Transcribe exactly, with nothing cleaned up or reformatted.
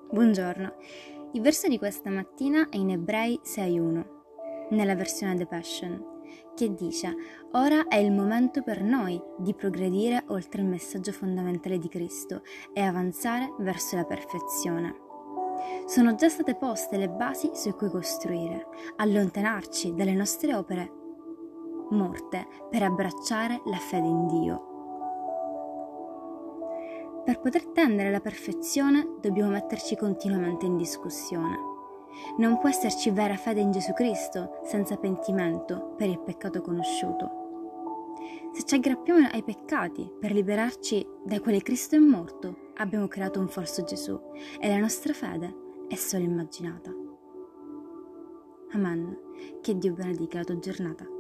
Buongiorno, il verso di questa mattina è in Ebrei sei uno, nella versione The Passion, che dice: «Ora è il momento per noi di progredire oltre il messaggio fondamentale di Cristo e avanzare verso la perfezione. Sono già state poste le basi su cui costruire, allontanarci dalle nostre opere morte per abbracciare la fede in Dio». Per poter tendere alla perfezione dobbiamo metterci continuamente in discussione. Non può esserci vera fede in Gesù Cristo senza pentimento per il peccato conosciuto. Se ci aggrappiamo ai peccati per liberarci dai quali Cristo è morto, abbiamo creato un falso Gesù e la nostra fede è solo immaginata. Amen. Che Dio benedica la tua giornata.